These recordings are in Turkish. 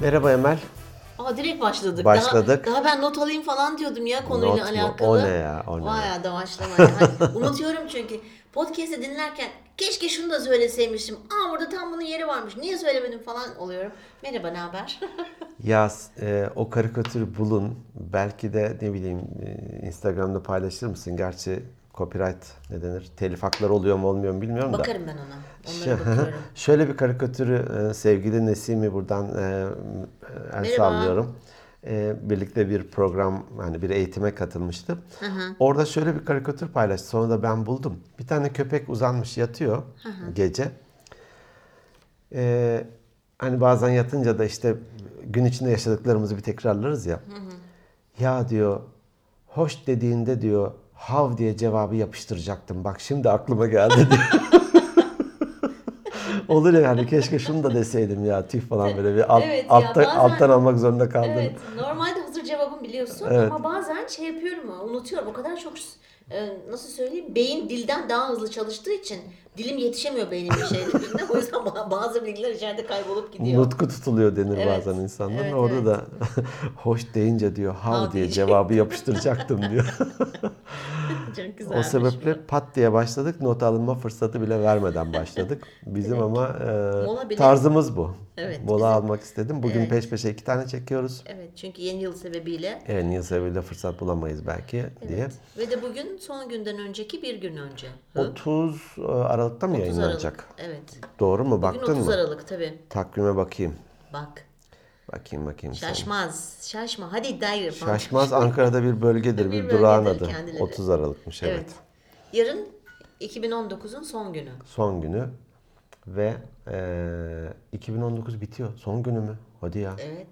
Merhaba Emel. Direkt başladık. Başladık. Daha ben not alayım falan diyordum ya konuyla Not mu? alakalı. O ne ya? O ne? Vay ya da başlama ya. Unutuyorum çünkü. Podcast'i dinlerken keşke şunu da söyleseymişim. Burada tam bunun yeri varmış. Niye söylemedim falan oluyorum. Merhaba, ne haber? Ya o karikatürü bulun. Belki de ne bileyim Instagram'da paylaşır mısın? Gerçi copyright ne denir? Telif hakları oluyor mu olmuyor mu bilmiyorum da. Bakarım ben ona. Onlara bakıyorum. Şöyle bir karikatürü sevgili Nesim'i buradan el sallıyorum. Birlikte bir program, hani bir eğitime katılmıştı. Orada şöyle bir karikatür paylaştı. Sonra da ben buldum. Bir tane köpek uzanmış yatıyor gece. Hani bazen yatınca da işte gün içinde yaşadıklarımızı bir tekrarlarız ya. Ya diyor, hoş dediğinde diyor, hav diye cevabı yapıştıracaktım. Bak şimdi aklıma geldi diyor. Olur ya, hani keşke şunu da deseydim ya, tüh falan böyle bir Evet ya, bazen, alttan almak zorunda kaldım. evet, normalde hazır cevabım biliyorsun Evet. ama bazen şey yapıyorum, unutuyorum. O kadar çok nasıl söyleyeyim, beyin dilden daha hızlı çalıştığı için dilim yetişemiyor beynimin şeylerine. O yüzden bazı bilgiler içeride kaybolup gidiyor. Nutku tutuluyor denir Evet, bazen insanların. evet, Orada evet. da hoş deyince diyor, hav Hav diye diyecek. cevabı yapıştıracaktım diyor. Çok O güzelmiş sebeple bu. pat diye başladık. Not alınma fırsatı bile vermeden başladık. Bizim Direkt. ama Mola bile. tarzımız bu. Evet, Mola bizim. almak istedim. Bugün Evet. peş peşe 2 tane çekiyoruz. Evet, çünkü yeni yıl sebebiyle. Niye sebebiyle fırsat bulamayız belki diye. Evet. Ve de bugün son günden önceki bir gün önce. 30 Aralık'ta mı 30 yayınlanacak? Aralık. Evet. Doğru mu? Bugün Baktın 30 mı? Aralık tabii. Takvime bakayım. Bak. Bakayım. Şaşmaz. Şaşma. Hadi iddiaya falan. Şaşmaz Ankara'da bir bölgedir, bir Bir durağın bölgedir adı. kendileri. 30 Aralık'mış, evet. Evet. Yarın 2019'un son günü. Son günü ve 2019 bitiyor. Son günü mü? Hadi ya. Evet.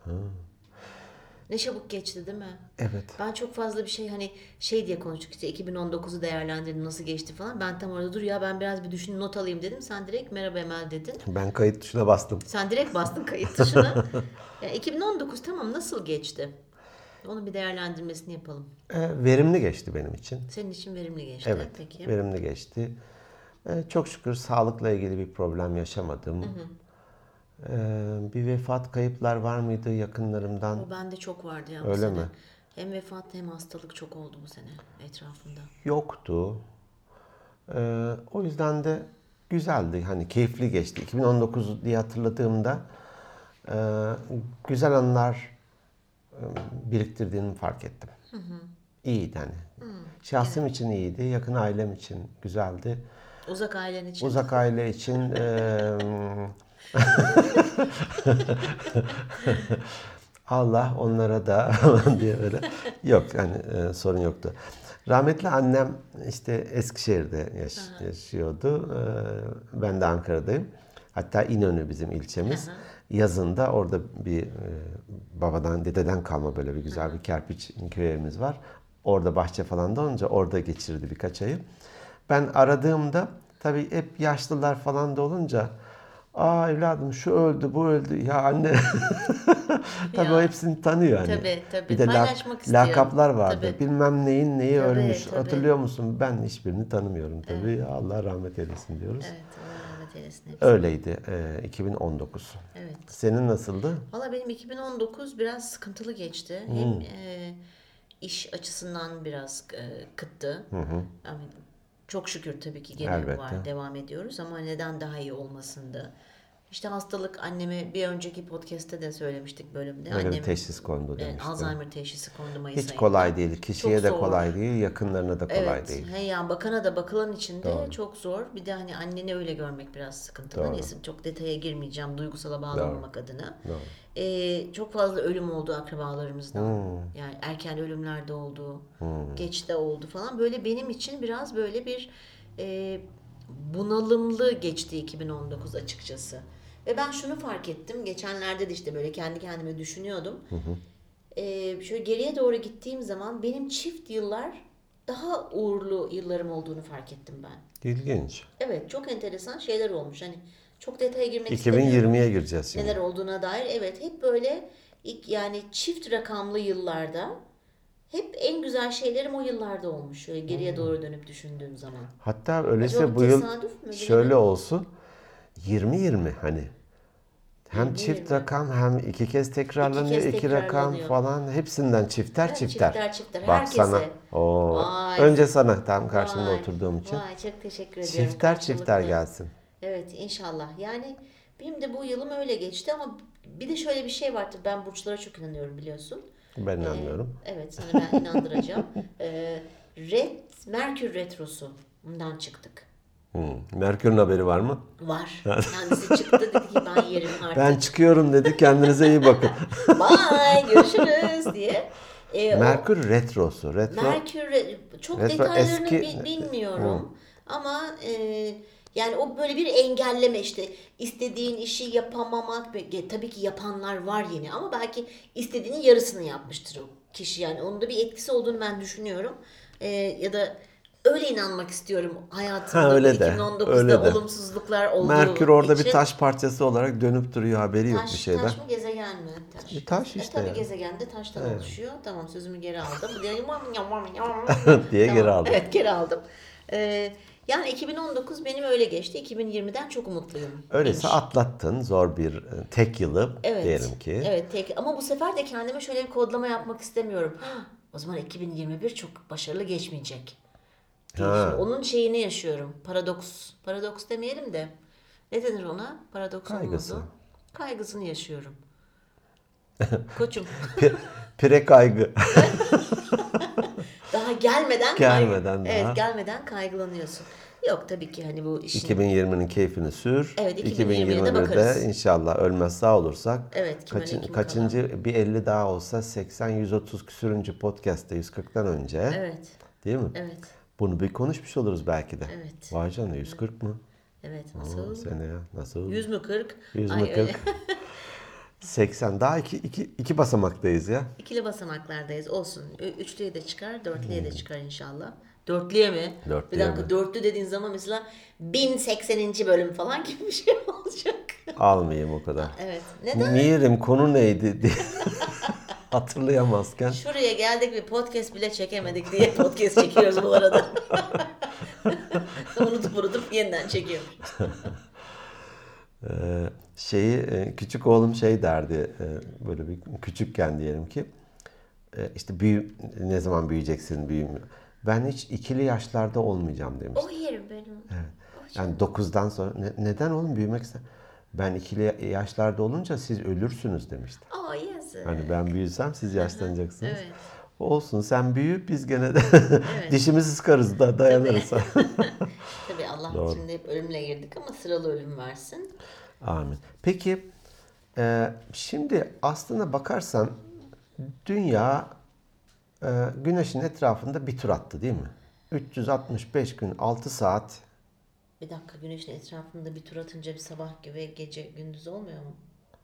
Ne çabuk geçti değil mi? Evet. Ben çok fazla bir şey şey diye konuştuk işte 2019'u değerlendirdin, nasıl geçti falan. Ben tam orada dur ya, ben biraz bir düşün, not alayım dedim. Sen direkt merhaba Emel dedin. Ben kayıt tuşuna bastım. Sen direkt bastın kayıt tuşuna. 2019 tamam, nasıl geçti? Onun bir değerlendirmesini yapalım. Verimli geçti benim için. Senin için verimli geçti. Evet, Peki. verimli geçti. Çok şükür sağlıkla ilgili bir problem yaşamadım. Bir vefat, kayıplar var mıydı yakınlarımdan? O bende çok vardı ya bu Öyle sene. mi? Hem vefat hem hastalık çok oldu bu sene etrafımda. Yoktu. O yüzden de güzeldi. Hani keyifli geçti. 2019 diye hatırladığımda güzel anılar biriktirdiğimi fark ettim. İyiydi hani. Şahsım için iyiydi. Yakın ailem için güzeldi. Uzak ailen için. Uzak aile için Allah onlara da diye böyle. Yok hani sorun yoktu. Rahmetli annem işte Eskişehir'de yaşıyordu. Ben de Ankara'dayım. Hatta İnönü bizim ilçemiz. Yazında orada bir babadan, dededen kalma böyle bir güzel bir kerpiç köy evimiz var. Orada bahçe falan da olunca orada geçirdi birkaç ayı. Ben aradığımda tabii hep yaşlılar falan da olunca, evladım şu öldü, bu öldü. Ya anne tabii o hepsini tanıyor hani. Tabii. Bir de Paylaşmak istiyor. lakaplar vardı. Tabii. Bilmem neyin neyi Tabii, ölmüş. tabii. Hatırlıyor musun? Ben hiçbirini tanımıyorum tabii. Evet. Allah rahmet eylesin diyoruz. Evet, Allah rahmet eylesin hepsini. Öyleydi 2019. Evet. Senin nasıldı? Valla benim 2019 biraz sıkıntılı geçti. Hem iş açısından biraz kıttı. Yani çok şükür tabii ki gene Elbette. var, devam ediyoruz ama neden daha iyi olmasındı. İşte hastalık, anneme bir önceki podcast'te de söylemiştik bölümde. Böyle bir Annemin, teşhis kondu demiştin. Alzheimer teşhisi kondu Mayıs Hiç ayında. kolay değil. Kişiye Çok de zor. kolay değil, yakınlarına da kolay Evet, değil. yani bakana da bakılan için de Doğru. çok zor. Bir de hani anneni öyle görmek biraz sıkıntılı. Doğru. Neyse, çok detaya girmeyeceğim duygusala bağlamamak adına. Doğru. Çok fazla ölüm oldu akrabalarımızdan. Yani erken ölümler de oldu. Geç de oldu falan. Böyle benim için biraz böyle bir bunalımlı geçti 2019 açıkçası. Ve ben şunu fark ettim. Geçenlerde de işte böyle kendi kendime düşünüyordum. Şöyle geriye doğru gittiğim zaman benim çift yıllar daha uğurlu yıllarım olduğunu fark ettim ben. İlginç. Evet, çok enteresan şeyler olmuş. Hani çok detaya girmek 2020'ye istemiyorum. gireceğiz şimdi. Neler olduğuna dair. Evet, hep böyle yani çift rakamlı yıllarda hep en güzel şeylerim o yıllarda olmuş. Şöyle geriye doğru dönüp düşündüğüm zaman. Hatta öyleyse Acaba bu yıl tesadüf mü? şöyle Bilemedim. olsun. 2020 hani. Hem çift rakam hem iki kez tekrarlanıyor, İki kez iki rakam tekrarlanıyor. falan hepsinden çifter Evet, çifter. çifter. Bak Herkese. sana. Oo. Vay. Önce sana tam karşında Vay, oturduğum için. vay çok teşekkür ediyorum. Çifter çifter Karşılıklı. gelsin. Evet inşallah. Yani benim de bu yılım öyle geçti ama bir de şöyle bir şey vardır. Ben burçlara çok inanıyorum biliyorsun. Ben inanmıyorum. Evet sana ben inandıracağım. Merkür Retrosu'ndan çıktık. Merkür'ün haberi var mı? Var. Kendisi çıktı dedi ki ben yerim artık. Ben çıkıyorum dedi. Kendinize iyi bakın. Bye görüşürüz diye. Merkür retrosu. Merkür çok retro detaylarını eski- bilmiyorum ama yani o böyle bir engelleme işte istediğin işi yapamamak tabii ki yapanlar var yine ama belki istediğinin yarısını yapmıştır o kişi yani onun da bir etkisi olduğunu ben düşünüyorum. Ya da öyle inanmak istiyorum hayatımda öyle bu de, 2019'da öyle de. olumsuzluklar olduğu Merkür orada için. bir taş parçası olarak dönüp duruyor. Haberi yok bir şeyden. Taş mı gezegen mi? Taş. Taş işte Tabii ya. gezegen de taştan oluşuyor. Tamam sözümü geri aldım. Diye Tamam, geri aldım. Evet geri aldım. Yani 2019 benim öyle geçti. 2020'den çok umutluyum. Öyleyse Demiş. atlattın zor bir tek yılı Evet. diyelim ki. Evet ama bu sefer de kendime şöyle bir kodlama yapmak istemiyorum. O zaman 2021 çok başarılı geçmeyecek. Diye. Ha. Şimdi onun şeyini yaşıyorum. Paradoks. Paradoks demeyelim de. Ne denir ona? Paradoks Kaygısı. olmaz o. Kaygısını yaşıyorum. Koçum. Pire kaygı. Daha gelmeden Gelmeden daha. Evet, gelmeden kaygılanıyorsun. Yok tabii ki hani bu işin 2020'nin keyfini sür. Evet, 2020'ye de bakarız. 2021'de inşallah ölmez sağ olursak. Evet, kim öyle, kim kaçıncı bir 50 daha olsa 80-130 küsürüncü podcast'te 140'tan önce. Evet. Değil mi? Evet. Bunu bir konuşmuş oluruz belki de. Evet. Vay canına 140 mı? Evet, nasıl? Sene ya nasıl? 100 mü 40? 100 Ay, mü 40? 80 daha iki basamaktayız ya. İkili basamaklardayız. Olsun. Üçlüye de çıkar, dörtlüye de çıkar inşallah. Dörtlüye mi? Dörtlüye Bir dakika mi? dörtlü dediğin zaman mesela 1080. bölüm falan gibi bir şey olacak. Almayayım o kadar. Evet. Neden? Mirim konu neydi diye hatırlayamazken. Şuraya geldik bir podcast bile çekemedik diye podcast çekiyoruz bu arada. unutup yeniden çekiyoruz. Küçük oğlum şey derdi böyle bir küçükken diyelim ki işte ne zaman büyüyeceksin büyümüyor. Ben hiç ikili yaşlarda olmayacağım demiş. O yerim benim. Evet. Yani 9'dan sonra neden oğlum büyümek ister? Ben ikili yaşlarda olunca siz ölürsünüz demişti. Aa yazık. Hani ben büyüsem siz yaşlanacaksınız. Evet. Olsun sen büyü biz gene de Evet. dişimizi sıkarız da dayanırız. Tabii Allah Doğru. şimdi hep ölümle girdik ama sıralı ölüm versin. Amin. Peki şimdi aslına bakarsan dünya güneşin etrafında bir tur attı değil mi? 365 gün 6 saat. Bir dakika güneşin etrafında bir tur atınca bir sabah ve gece gündüz olmuyor mu?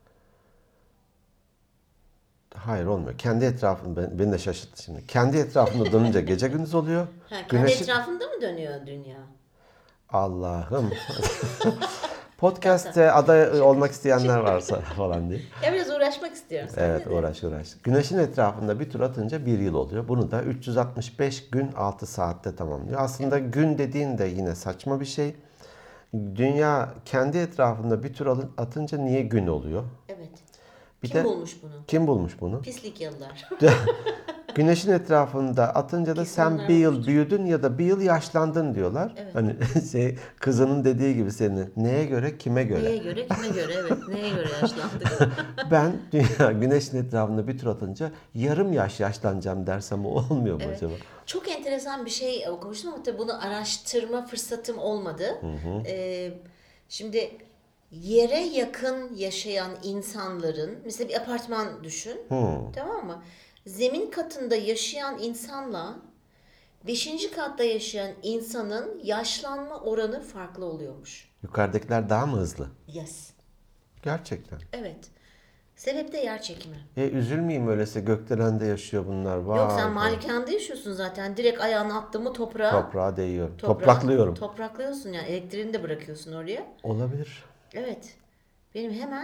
Hayır olmuyor. Kendi etrafında beni de şaşırttı şimdi. Kendi etrafında dönünce gece gündüz oluyor. Kendi Güneşin etrafında mı dönüyor dünya? Allah'ım. Podcast'te aday olmak isteyenler varsa falan diye. Ya biraz uğraşmak istiyorum. Sen Evet de de. uğraş. Güneşin etrafında bir tur atınca bir yıl oluyor. Bunu da 365 gün 6 saatte tamamlıyor. Aslında gün dediğin de yine saçma bir şey. Dünya kendi etrafında bir tur atınca niye gün oluyor? Evet. Bir Kim de- bulmuş bunu? Kim bulmuş bunu? Pislik yıllar. Güneşin etrafında atınca da Kesin sen onlar bir yıl bulmuştur. büyüdün ya da bir yıl yaşlandın diyorlar. Evet. Hani kızının dediği gibi senin neye göre kime göre? Neye göre kime göre evet. Neye göre yaşlandık? Ben dünya güneşin etrafında bir tur atınca yarım yaş yaşlanacağım dersem o olmuyor mu Evet. acaba? Çok enteresan bir şey okumuştum ama tabii bunu araştırma fırsatım olmadı. Şimdi yere yakın yaşayan insanların mesela bir apartman düşün. Tamam mı? Zemin katında yaşayan insanla 5. katta yaşayan insanın yaşlanma oranı farklı oluyormuş. Yukarıdakiler daha mı hızlı? Yes. Gerçekten. Evet. Sebep de yer çekimi. Üzülmeyeyim öyleyse gökdelende yaşıyor bunlar. Vay. Yok sen malikanda yaşıyorsun zaten. Direkt ayağını attın mı toprağa. Toprağa değiyorum. toprağa- Topraklıyorum. Topraklıyorsun yani elektriğini de bırakıyorsun oraya. Olabilir. Evet. Benim hemen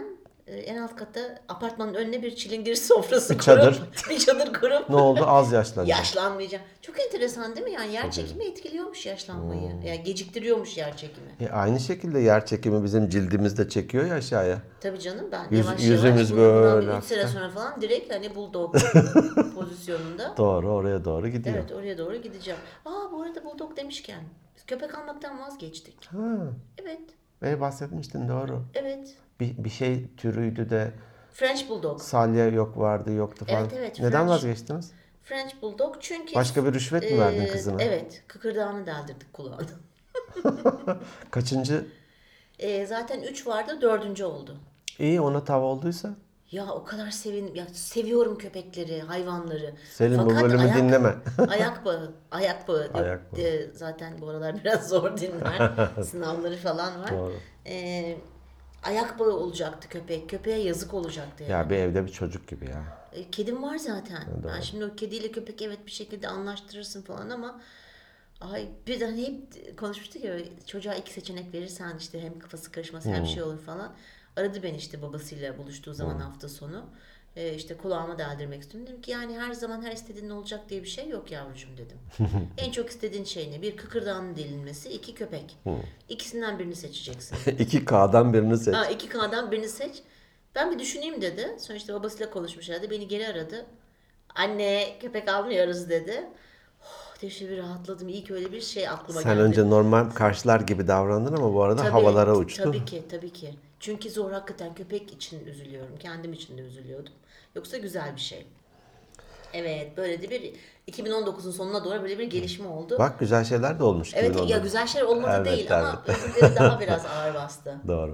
en alt katta apartmanın önüne bir çilingir sofrası kurup çadır. bir çadır kurup Ne oldu? Az yaşlanacak. yaşlanmayacağım. Çok enteresan değil mi? Yani yer çekimi etkiliyormuş yaşlanmayı. Yani geciktiriyormuş yer çekimi. Aynı şekilde yer çekimi bizim cildimizde çekiyor ya aşağıya. Tabii canım ben Yüzümüz bundan böyle 3 sene sonra falan direkt hani bulldog pozisyonunda. Doğru, oraya doğru gidiyor. Evet, oraya doğru gideceğim. Bu arada bulldog demişken biz köpek almaktan vazgeçtik. Ha, Evet. bahsetmiştin, doğru. Evet. Bir şey türüydü de French bulldog. salya yoktu falan. Evet, evet, Neden French- vazgeçtiniz? French bulldog çünkü Başka bir rüşvet mi verdin kızına? Evet, kıkırdağını deldirdik kulağına. Kaçıncı? Zaten 3 vardı, 4. oldu. İyi, ona tav olduysa. Ya o kadar seviyorum köpekleri, hayvanları. Selin, bu Fakat bölümü dinleme. Ayak bağı. Ayak bağı. Zaten bu aralar biraz zor dinler. Sınavları falan var. Doğru. Ayak bağı olacaktı köpek. Köpeğe yazık olacaktı yani. Ya bir evde bir çocuk gibi ya. Kedim var zaten. Ben şimdi o kediyle köpek evet bir şekilde anlaştırırsın falan ama birden hep konuşmuştuk ya, çocuğa 2 seçenek verirsen işte hem kafası karışmaz hem şey olur falan. Aradı beni işte babasıyla buluştuğu zaman hafta sonu. İşte kulağıma deldirmek istiyorum. Dedim ki yani her zaman her istediğin olacak diye bir şey yok yavrucuğum dedim. En çok istediğin şey ne? Bir, kıkırdağının delinmesi, 2 köpek. İkisinden birini seçeceksin. 2K'dan birini seç. 2K'dan birini seç. Ben bir düşüneyim dedi. Sonra işte babasıyla konuşmuş herhalde. Beni geri aradı. Anne köpek almıyoruz dedi. İşte bir rahatladım. İyi ki öyle bir şey aklıma Sen geldi. önce normal karşılar gibi davrandın ama bu arada havalara uçtu. Tabii ki. Çünkü zor, hakikaten köpek için üzülüyorum. Kendim için de üzülüyordum. Yoksa güzel bir şey. Evet, böyle de bir 2019'un sonuna doğru böyle bir gelişme oldu. Bak, güzel şeyler de olmuş. Evet 2019. ya, güzel şeyler olmadı Evet, değil evet. ama öbürleri daha biraz ağır bastı. Doğru.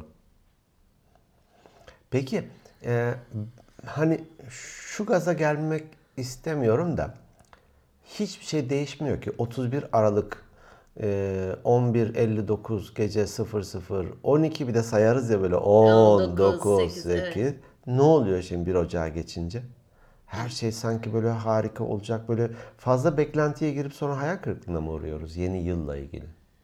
Peki, hani şu gaza gelmek istemiyorum da hiçbir şey değişmiyor ki. 31 Aralık 11.59 gece 00 12 bir de sayarız ya böyle 10, 9, 8. Evet. Ne oluyor şimdi 1 Ocağı geçince? Her şey sanki böyle harika olacak. Böyle fazla beklentiye girip sonra hayal kırıklığına mı uğruyoruz yeni yılla ilgili?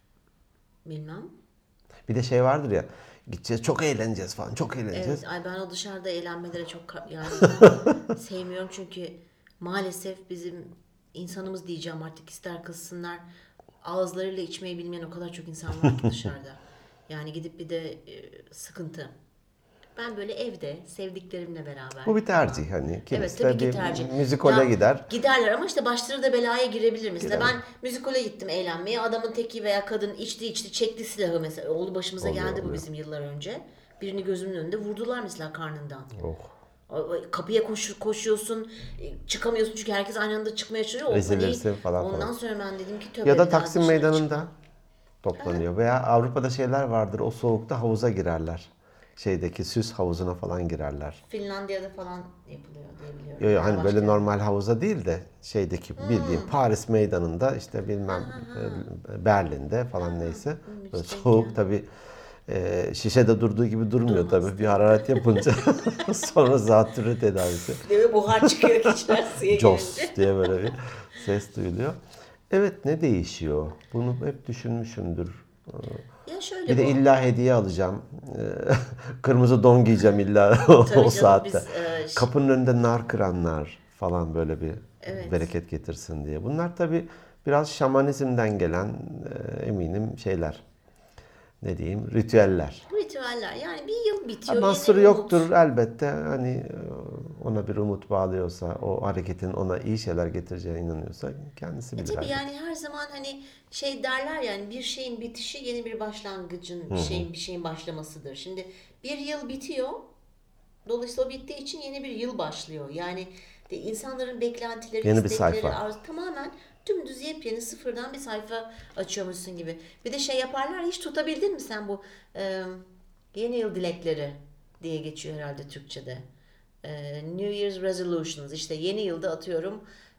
Bilmem. Bir de şey vardır ya, gideceğiz çok eğleneceğiz falan, çok eğleneceğiz. Evet, ben o dışarıda eğlenmelere çok yani sevmiyorum çünkü maalesef bizim insanımız diyeceğim artık, ister kızsınlar, ağızlarıyla içmeyi bilmeyen o kadar çok insan var ki dışarıda. Yani gidip bir de sıkıntı. Ben böyle evde sevdiklerimle beraber. Bu bir tercih hani. Kimisi tabii de ki tercih. bir müzikole gider. Giderler ama işte başları da belaya girebilir. Mesela ben müzikole gittim eğlenmeye. Adamın teki veya kadın içti çekti silahı mesela. Oldu, başımıza geldi bu bizim yıllar önce. Birini gözümün önünde vurdular mesela karnından. Kapıya koşuyorsun, çıkamıyorsun çünkü herkes aynı anda çıkmaya çalışıyor. Ezilirsin falan. Ondan sonra ben dedim ki tövbe. Ya da bir daha Taksim dışarı Meydanı'nda çıkma. toplanıyor. Veya Avrupa'da şeyler vardır. O soğukta havuza girerler. Şeydeki süs havuzuna falan girerler. Finlandiya'da falan yapılıyor diye biliyorum. Hani Başka- böyle normal havuza değil de şeydeki bildiğin Paris Meydanı'nda işte bilmem Berlin'de falan neyse. Böyle soğuk tabii, şişede durduğu gibi durmuyor tabii. Bir hararet yapınca sonra zatürre tedavisi. Değil mi? Buhar çıkıyor kişiler suya Jos girince. diye böyle bir ses duyuluyor. Evet, ne değişiyor? Bunu hep düşünmüşümdür. Ya şöyle Bir de bu. illa hediye alacağım. Kırmızı don giyeceğim illa o canım, saatte. biz, Kapının önünde nar kıranlar falan, böyle bir Evet. bereket getirsin diye. Bunlar tabii biraz şamanizmden gelen eminim şeyler. Ne diyeyim? Ritüeller. Ritüeller. Yani bir yıl bitiyor. Mahsuru yeni umut. yoktur elbette. Hani ona bir umut bağlıyorsa, o hareketin ona iyi şeyler getireceğine inanıyorsa kendisi bilir. Tabii elbette. yani her zaman hani şey derler yani, bir şeyin bitişi yeni bir başlangıcın, bir şeyin başlamasıdır. Şimdi bir yıl bitiyor. Dolayısıyla o bittiği için yeni bir yıl başlıyor. Yani de insanların beklentileri, Yeni bir istekleri, sayfa. tamamen dümdüz yepyeni sıfırdan bir sayfa açıyormuşsun gibi. Bir de şey yaparlar, hiç tutabildin mi sen bu yeni yıl dilekleri diye geçiyor herhalde Türkçe'de. New Year's Resolutions, işte yeni yılda atıyorum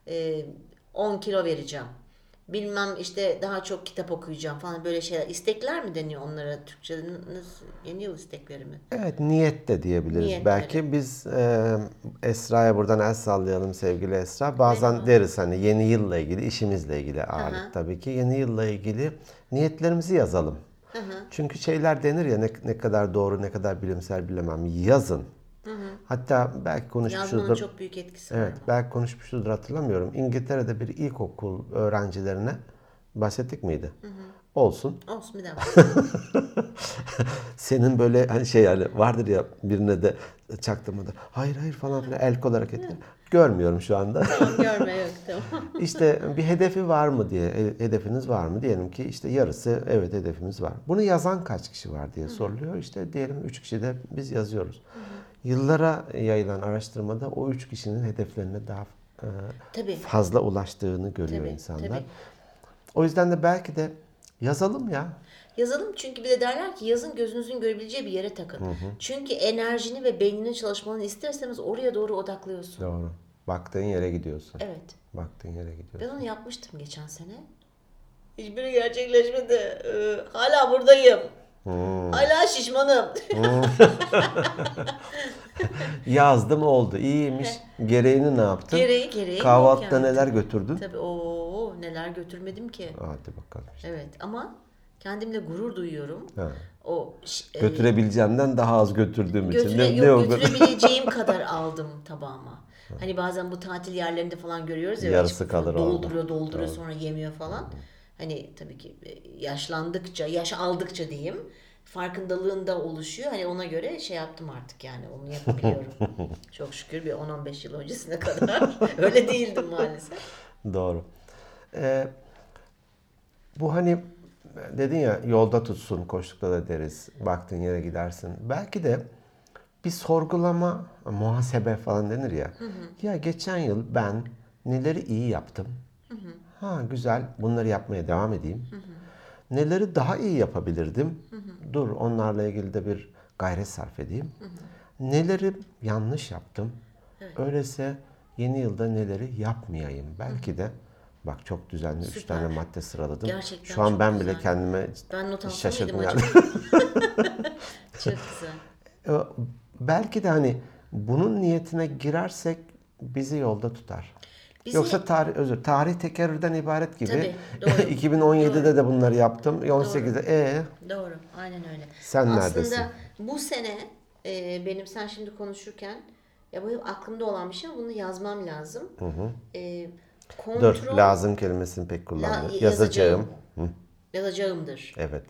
10 kilo vereceğim. Bilmem işte daha çok kitap okuyacağım falan, böyle şeyler. İstekler mi deniyor onlara Türkçe'de? Yeni yıl istekleri mi? Evet, niyet de diyebiliriz. Niyetleri. Belki biz Esra'ya buradan el sallayalım, sevgili Esra. Bazen deriz hani yeni yılla ilgili, işimizle ilgili ağırlık tabii ki. Yeni yılla ilgili niyetlerimizi yazalım. Çünkü şeyler denir ya, ne kadar doğru, ne kadar bilimsel bilemem. Yazın. Hatta belki Yazmanın konuşmuşuzdur. çok büyük etkisi Evet, var. belki konuşmuşuzdur hatırlamıyorum. İngiltere'de bir ilkokul öğrencilerine bahsettik miydi? Olsun. Olsun bir daha. Senin böyle hani şey yani vardır ya birine de çaktırmadı. Hayır hayır falan filan el kol hareketleri. Görmüyorum şu anda. Tamam, görme yok, tamam. İşte bir hedefi var mı diye, hedefiniz var mı? Diyelim ki işte yarısı evet hedefimiz var. Bunu yazan kaç kişi var diye soruluyor. İşte diyelim 3 kişi de biz yazıyoruz. Yıllara yayılan araştırmada o 3 kişinin hedeflerine daha Tabii. fazla ulaştığını görüyor Tabii, insanlar. tabii. O yüzden de belki de yazalım ya. Yazalım, çünkü bir de derler ki yazın gözünüzün görebileceği bir yere takın. Çünkü enerjini ve beyninin çalışmalarını ister istemez oraya doğru odaklıyorsun. Doğru. Baktığın yere gidiyorsun. Evet. Baktığın yere gidiyorsun. Ben onu yapmıştım geçen sene. Hiçbiri gerçekleşmedi. Hala buradayım. Hala şişmanım. Yazdım oldu. İyiymiş. Gereğini ne yaptın? Gereği Kahvaltıda yok yani. neler götürdün? Tabii neler götürmedim ki. Hadi bakalım işte. Evet, ama kendimle gurur duyuyorum. Ha. O Götürebileceğimden daha az götürdüğüm için. Ne o? götürebileceğim kadar aldım tabağıma. Hani bazen bu tatil yerlerinde falan görüyoruz ya. Yarısı işte kalır dolduruyor sonra yemiyor falan. Hani tabii ki yaşlandıkça, yaş aldıkça diyeyim, farkındalığın da oluşuyor. Hani ona göre şey yaptım artık, yani onu yapabiliyorum. Çok şükür bir 10-15 yıl öncesine kadar öyle değildim maalesef. Doğru. Bu hani dedin ya yolda tutsun, koştukta da deriz, baktığın yere gidersin. Belki de bir sorgulama, muhasebe falan denir ya. Ya geçen yıl ben neleri iyi yaptım? Ha güzel, bunları yapmaya devam edeyim. Neleri daha iyi yapabilirdim? Dur, onlarla ilgili de bir gayret sarf edeyim. Neleri yanlış yaptım? Öyleyse yeni yılda neleri yapmayayım? Belki de bak çok düzenli 3 Süper. tane madde sıraladım. Gerçekten Şu an çok ben güzel. bile kendime Ben not alsam şaşırdım mıydım yani. Çok güzel. Belki de hani bunun niyetine girersek bizi yolda tutar. Bizi- Yoksa tarih tekerrürden ibaret gibi. Tabii, doğru. 2017'de de bunları yaptım. 18'de Doğru, aynen öyle. Sen Aslında neredesin? bu sene benim, sen şimdi konuşurken, ya bu hep aklımda olan bir şey ama bunu yazmam lazım. Dur, Kontrol lazım kelimesini pek kullanmıyorum. yazacağım. Yazacağım. Yazacağımdır. Evet.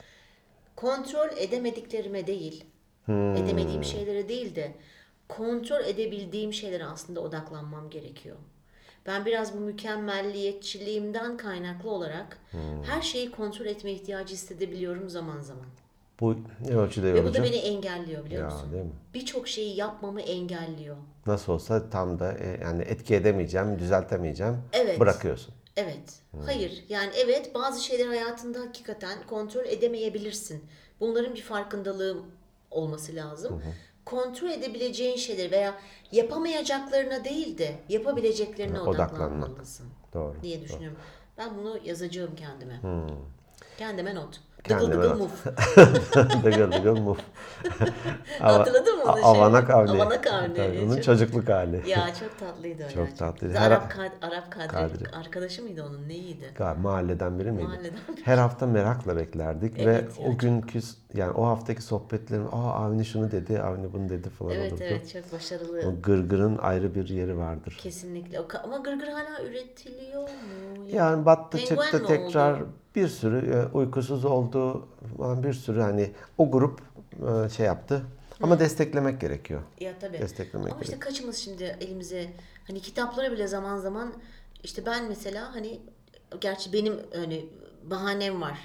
Kontrol edemediklerime değil, edemediğim şeylere değil de kontrol edebildiğim şeylere aslında odaklanmam gerekiyor. Ben biraz bu mükemmelliyetçiliğimden kaynaklı olarak her şeyi kontrol etme ihtiyacı hissedebiliyorum zaman zaman. Bu ne ölçüde Ve bu da yorucu? beni engelliyor, biliyor Ya, musun? değil mi? Birçok şeyi yapmamı engelliyor. Nasıl olsa tam da yani etki edemeyeceğim, düzeltemeyeceğim. Evet. Bırakıyorsun. Evet. Hayır. Yani evet, bazı şeyler hayatında hakikaten kontrol edemeyebilirsin. Bunların bir farkındalığı olması lazım. Kontrol edebileceğin şeyler veya yapamayacaklarına değil de yapabileceklerine Odaklanmak. odaklanmalısın Doğru. diye düşünüyorum. Ben bunu yazacağım kendime. Kendime not. Kendime Dıgıl dıgıl not. muf. Dıgıl dıgıl muf. Hatırladın mı onu? Avanak Avni. Avanak Avni. Tabii, onun Çok- çocukluk hali. Ya çok tatlıydı o Çok gerçekten. tatlıydı. Bir de Her- Arap Kadri, Kadri. arkadaşı mıydı onun, neydi? Mahalleden biri miydi? Mahalleden Her hafta merakla beklerdik Evet ve ya, o günkü yani o haftaki sohbetlerim Avni şunu dedi, Avni bunu dedi falan Evet olurdu. evet, çok başarılı. O gırgırın ayrı bir yeri vardır. Kesinlikle. Ama gırgır hala üretiliyor mu? Yani battı Penguen çıktı mi tekrar oldu? bir sürü uykusuz oldu falan bir sürü hani o grup şey yaptı. Ama desteklemek gerekiyor. Ya tabii. Desteklemek Ama işte gerekiyor. kaçımız şimdi elimize, hani kitaplara bile zaman zaman, işte ben mesela, hani gerçi benim hani bahanem var.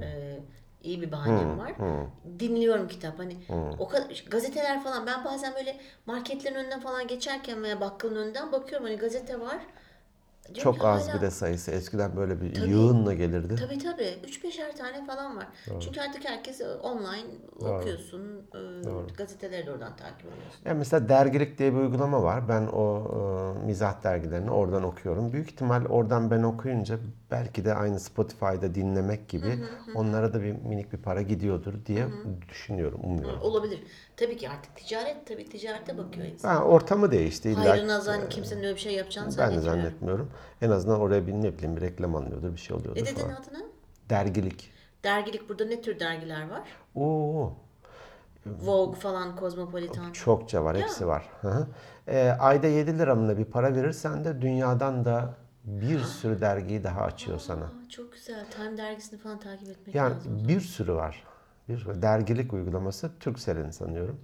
İyi bir bahanem var. Dinliyorum kitap. Hani o kadar gazeteler falan, ben bazen böyle marketlerin önünden falan geçerken veya bakkalın önünden bakıyorum, hani gazete var. Diyorum Çok ki az hala- bir de sayısı. Eskiden böyle bir Tabii. yığınla gelirdi. Tabii tabii. 3-5'er tane falan var. Çünkü artık herkes online okuyorsun. Gazeteleri de oradan takip ediyorsun. Yani mesela dergilik diye bir uygulama var. Ben o mizah dergilerini oradan okuyorum. Büyük ihtimal oradan ben okuyunca belki de aynı Spotify'da dinlemek gibi onlara da bir minik bir para gidiyordur diye düşünüyorum, umuyorum. Olabilir. Tabii ki artık ticarete bakıyor insan. Ha, ortamı değişti. İlla Hayrına kimsenin öyle bir şey yapacağını ben de zannetmiyorum. zannetmiyorum. En azından oraya bir ne bileyim bir reklam alınıyordur, bir şey oluyordur Ne dedin falan. adına? Dergilik. Dergilik, burada ne tür dergiler var? Oo. Vogue falan, Cosmopolitan. Çokça var, Ya. hepsi var. Hı hı. Ayda 7 liramla bir para verirsen de dünyadan da bir sürü dergiyi daha açıyor sana. Aa, çok güzel. Time dergisini falan takip etmek Yani lazım o zaman. bir sürü var. Bir sürü. Dergilik uygulaması Turkcell'in sanıyorum.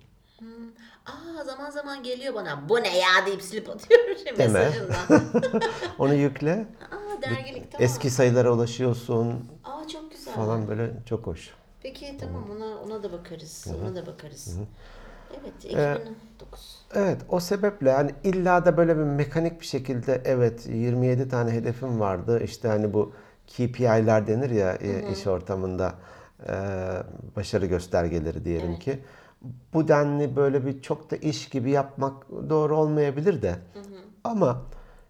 Aa, zaman zaman geliyor bana. Bu ne ya deyip silip atıyorum şey Deme. mesajından. Onu yükle. Aa, dergilik tamam. Eski sayılara ulaşıyorsun Aa, çok güzel. falan, böyle çok hoş. Peki tamam, ona da bakarız. Ona da bakarız. Evet, Ee, 2019. Evet, o sebeple hani illa da böyle bir mekanik bir şekilde, evet 27 tane hedefim vardı. İşte hani bu KPI'ler denir ya iş ortamında, e, başarı göstergeleri diyelim Evet. ki. Bu denli böyle bir çok da iş gibi yapmak doğru olmayabilir de. Ama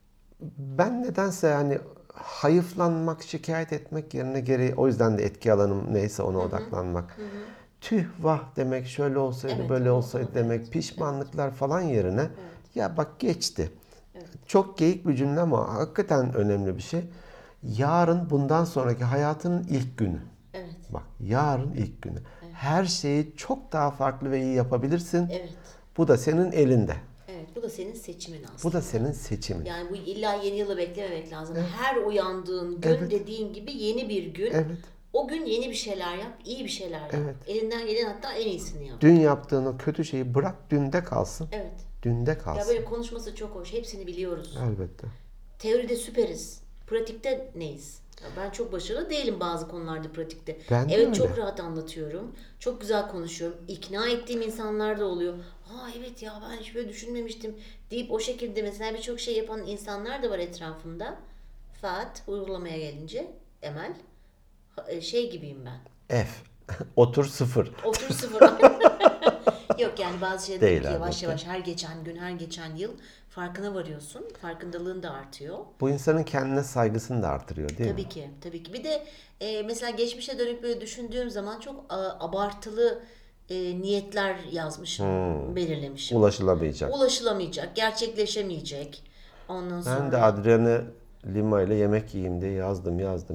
ben nedense yani hayıflanmak, şikayet etmek yerine geri, o yüzden de etki alanım neyse ona odaklanmak. Tüh vah demek, şöyle olsaydı Evet, böyle onu olsaydı demek, evet. pişmanlıklar falan yerine Evet. ya bak geçti. Evet. Çok geyik bir cümle ama hakikaten önemli bir şey. Yarın bundan sonraki hayatının ilk günü. Evet. Bak, yarın ilk günü. Her şeyi çok daha farklı ve iyi yapabilirsin. Evet. Bu da senin elinde. Evet. Bu da senin seçimin aslında. Bu da senin seçimin. Yani bu illa yeni yılı beklememek lazım. Her uyandığın gün Evet. dediğin gibi yeni bir gün. Evet. O gün yeni bir şeyler yap, iyi bir şeyler yap. Evet. Elinden gelen hatta en iyisini yap. Dün yaptığın o kötü şeyi bırak, dünde kalsın. Evet. Dünde Ya kalsın. böyle konuşması çok hoş. Hepsini biliyoruz. Elbette. Teoride süperiz. Pratikte neyiz? Ya ben çok başarılı değilim bazı konularda pratikte. Ben de Evet, öyle. çok rahat anlatıyorum. Çok güzel konuşuyorum. İkna ettiğim insanlar da oluyor. Aa, evet ya, ben hiç böyle düşünmemiştim deyip o şekilde mesela birçok şey yapan insanlar da var etrafımda. Fakat uygulamaya gelince Emel, şey gibiyim ben. F. Otur sıfır. Otur sıfır. Yok yani bazı şeyler Değil tabii ki yavaş elbette. yavaş her geçen gün, her geçen yıl farkına varıyorsun. Farkındalığın da artıyor. Bu insanın kendine saygısını da artırıyor değil mi? Tabii ki, tabii ki. Bir de mesela geçmişe dönüp böyle düşündüğüm zaman çok abartılı niyetler yazmışım, belirlemişim. Ulaşılamayacak. Ulaşılamayacak, gerçekleşemeyecek. Ondan Ben de sonra Adriana Lima ile yemek yiyeyim diye yazdım.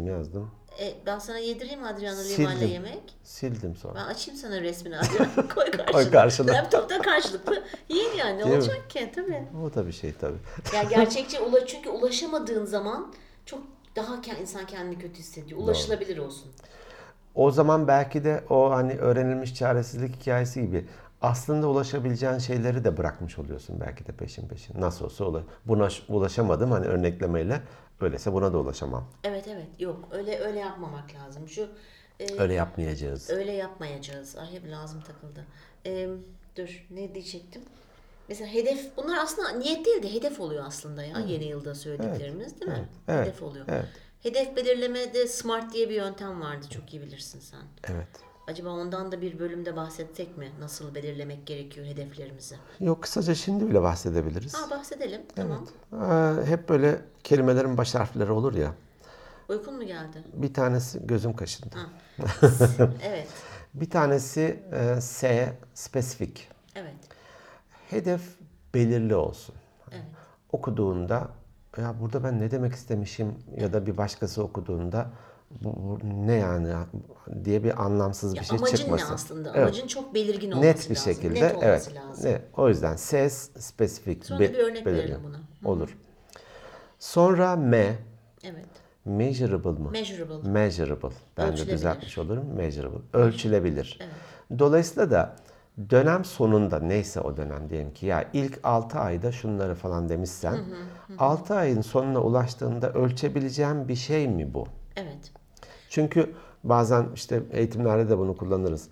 ben sana yedireyim Adriana Lima ile Sildim. yemek. Sildim sonra. Ben açayım sana resmini Adriana, koy karşına. Koy karşına. Laptopta karşılıklı yiyin yani, ne Değil mi? olacak ki tabii. O da bir şey tabii. Yani gerçekçi çünkü ulaşamadığın zaman çok daha insan kendini kötü hissediyor. Ulaşılabilir olsun. O zaman belki de o hani öğrenilmiş çaresizlik hikayesi gibi aslında ulaşabileceğin şeyleri de bırakmış oluyorsun belki de peşin peşin. Nasıl olsa buna ulaşamadım hani örneklemeyle, öyleyse buna da ulaşamam. Evet, evet, yok öyle yapmamak lazım. Öyle yapmayacağız. Öyle yapmayacağız. Ay, hep lazım takıldı. Dur, ne diyecektim? Mesela hedef, bunlar aslında niyet değil de hedef oluyor aslında ya, yeni yılda söylediklerimiz değil mi? Evet, Hedef oluyor. evet. Hedef belirlemede SMART diye bir yöntem vardı, çok iyi bilirsin sen. Evet. Acaba ondan da bir bölümde bahsetsek mi? Nasıl belirlemek gerekiyor hedeflerimizi? Yok, kısaca şimdi bile bahsedebiliriz. Bahsedelim. Tamam. Hep böyle kelimelerin baş harfleri olur ya. Uykun mu geldi? Bir tanesi gözüm kaşındı. Evet. Bir tanesi S, spesifik. Evet. Hedef belirli olsun. Evet. Okuduğunda ya burada ben ne demek istemişim ya da bir başkası okuduğunda bu ne yani diye bir anlamsız bir Ya şey amacın çıkmasın. ne aslında? Evet. Amacın çok belirgin olması Net bir lazım. şekilde, Net olması evet. lazım. O yüzden ses spesifik, Sonra bir örnek belirli. verelim buna. Olur. Sonra Evet. measurable mı? Measurable. Measurable. Ben de Ölçülebilir. düzeltmiş olurum. Measurable. Ölçülebilir. Dolayısıyla da dönem sonunda, neyse o dönem, diyelim ki ya ilk 6 ayda şunları falan demişsen, 6 ayın sonuna ulaştığında ölçebileceğin bir şey mi bu? Evet. Çünkü bazen işte eğitimlerde de bunu kullanırız.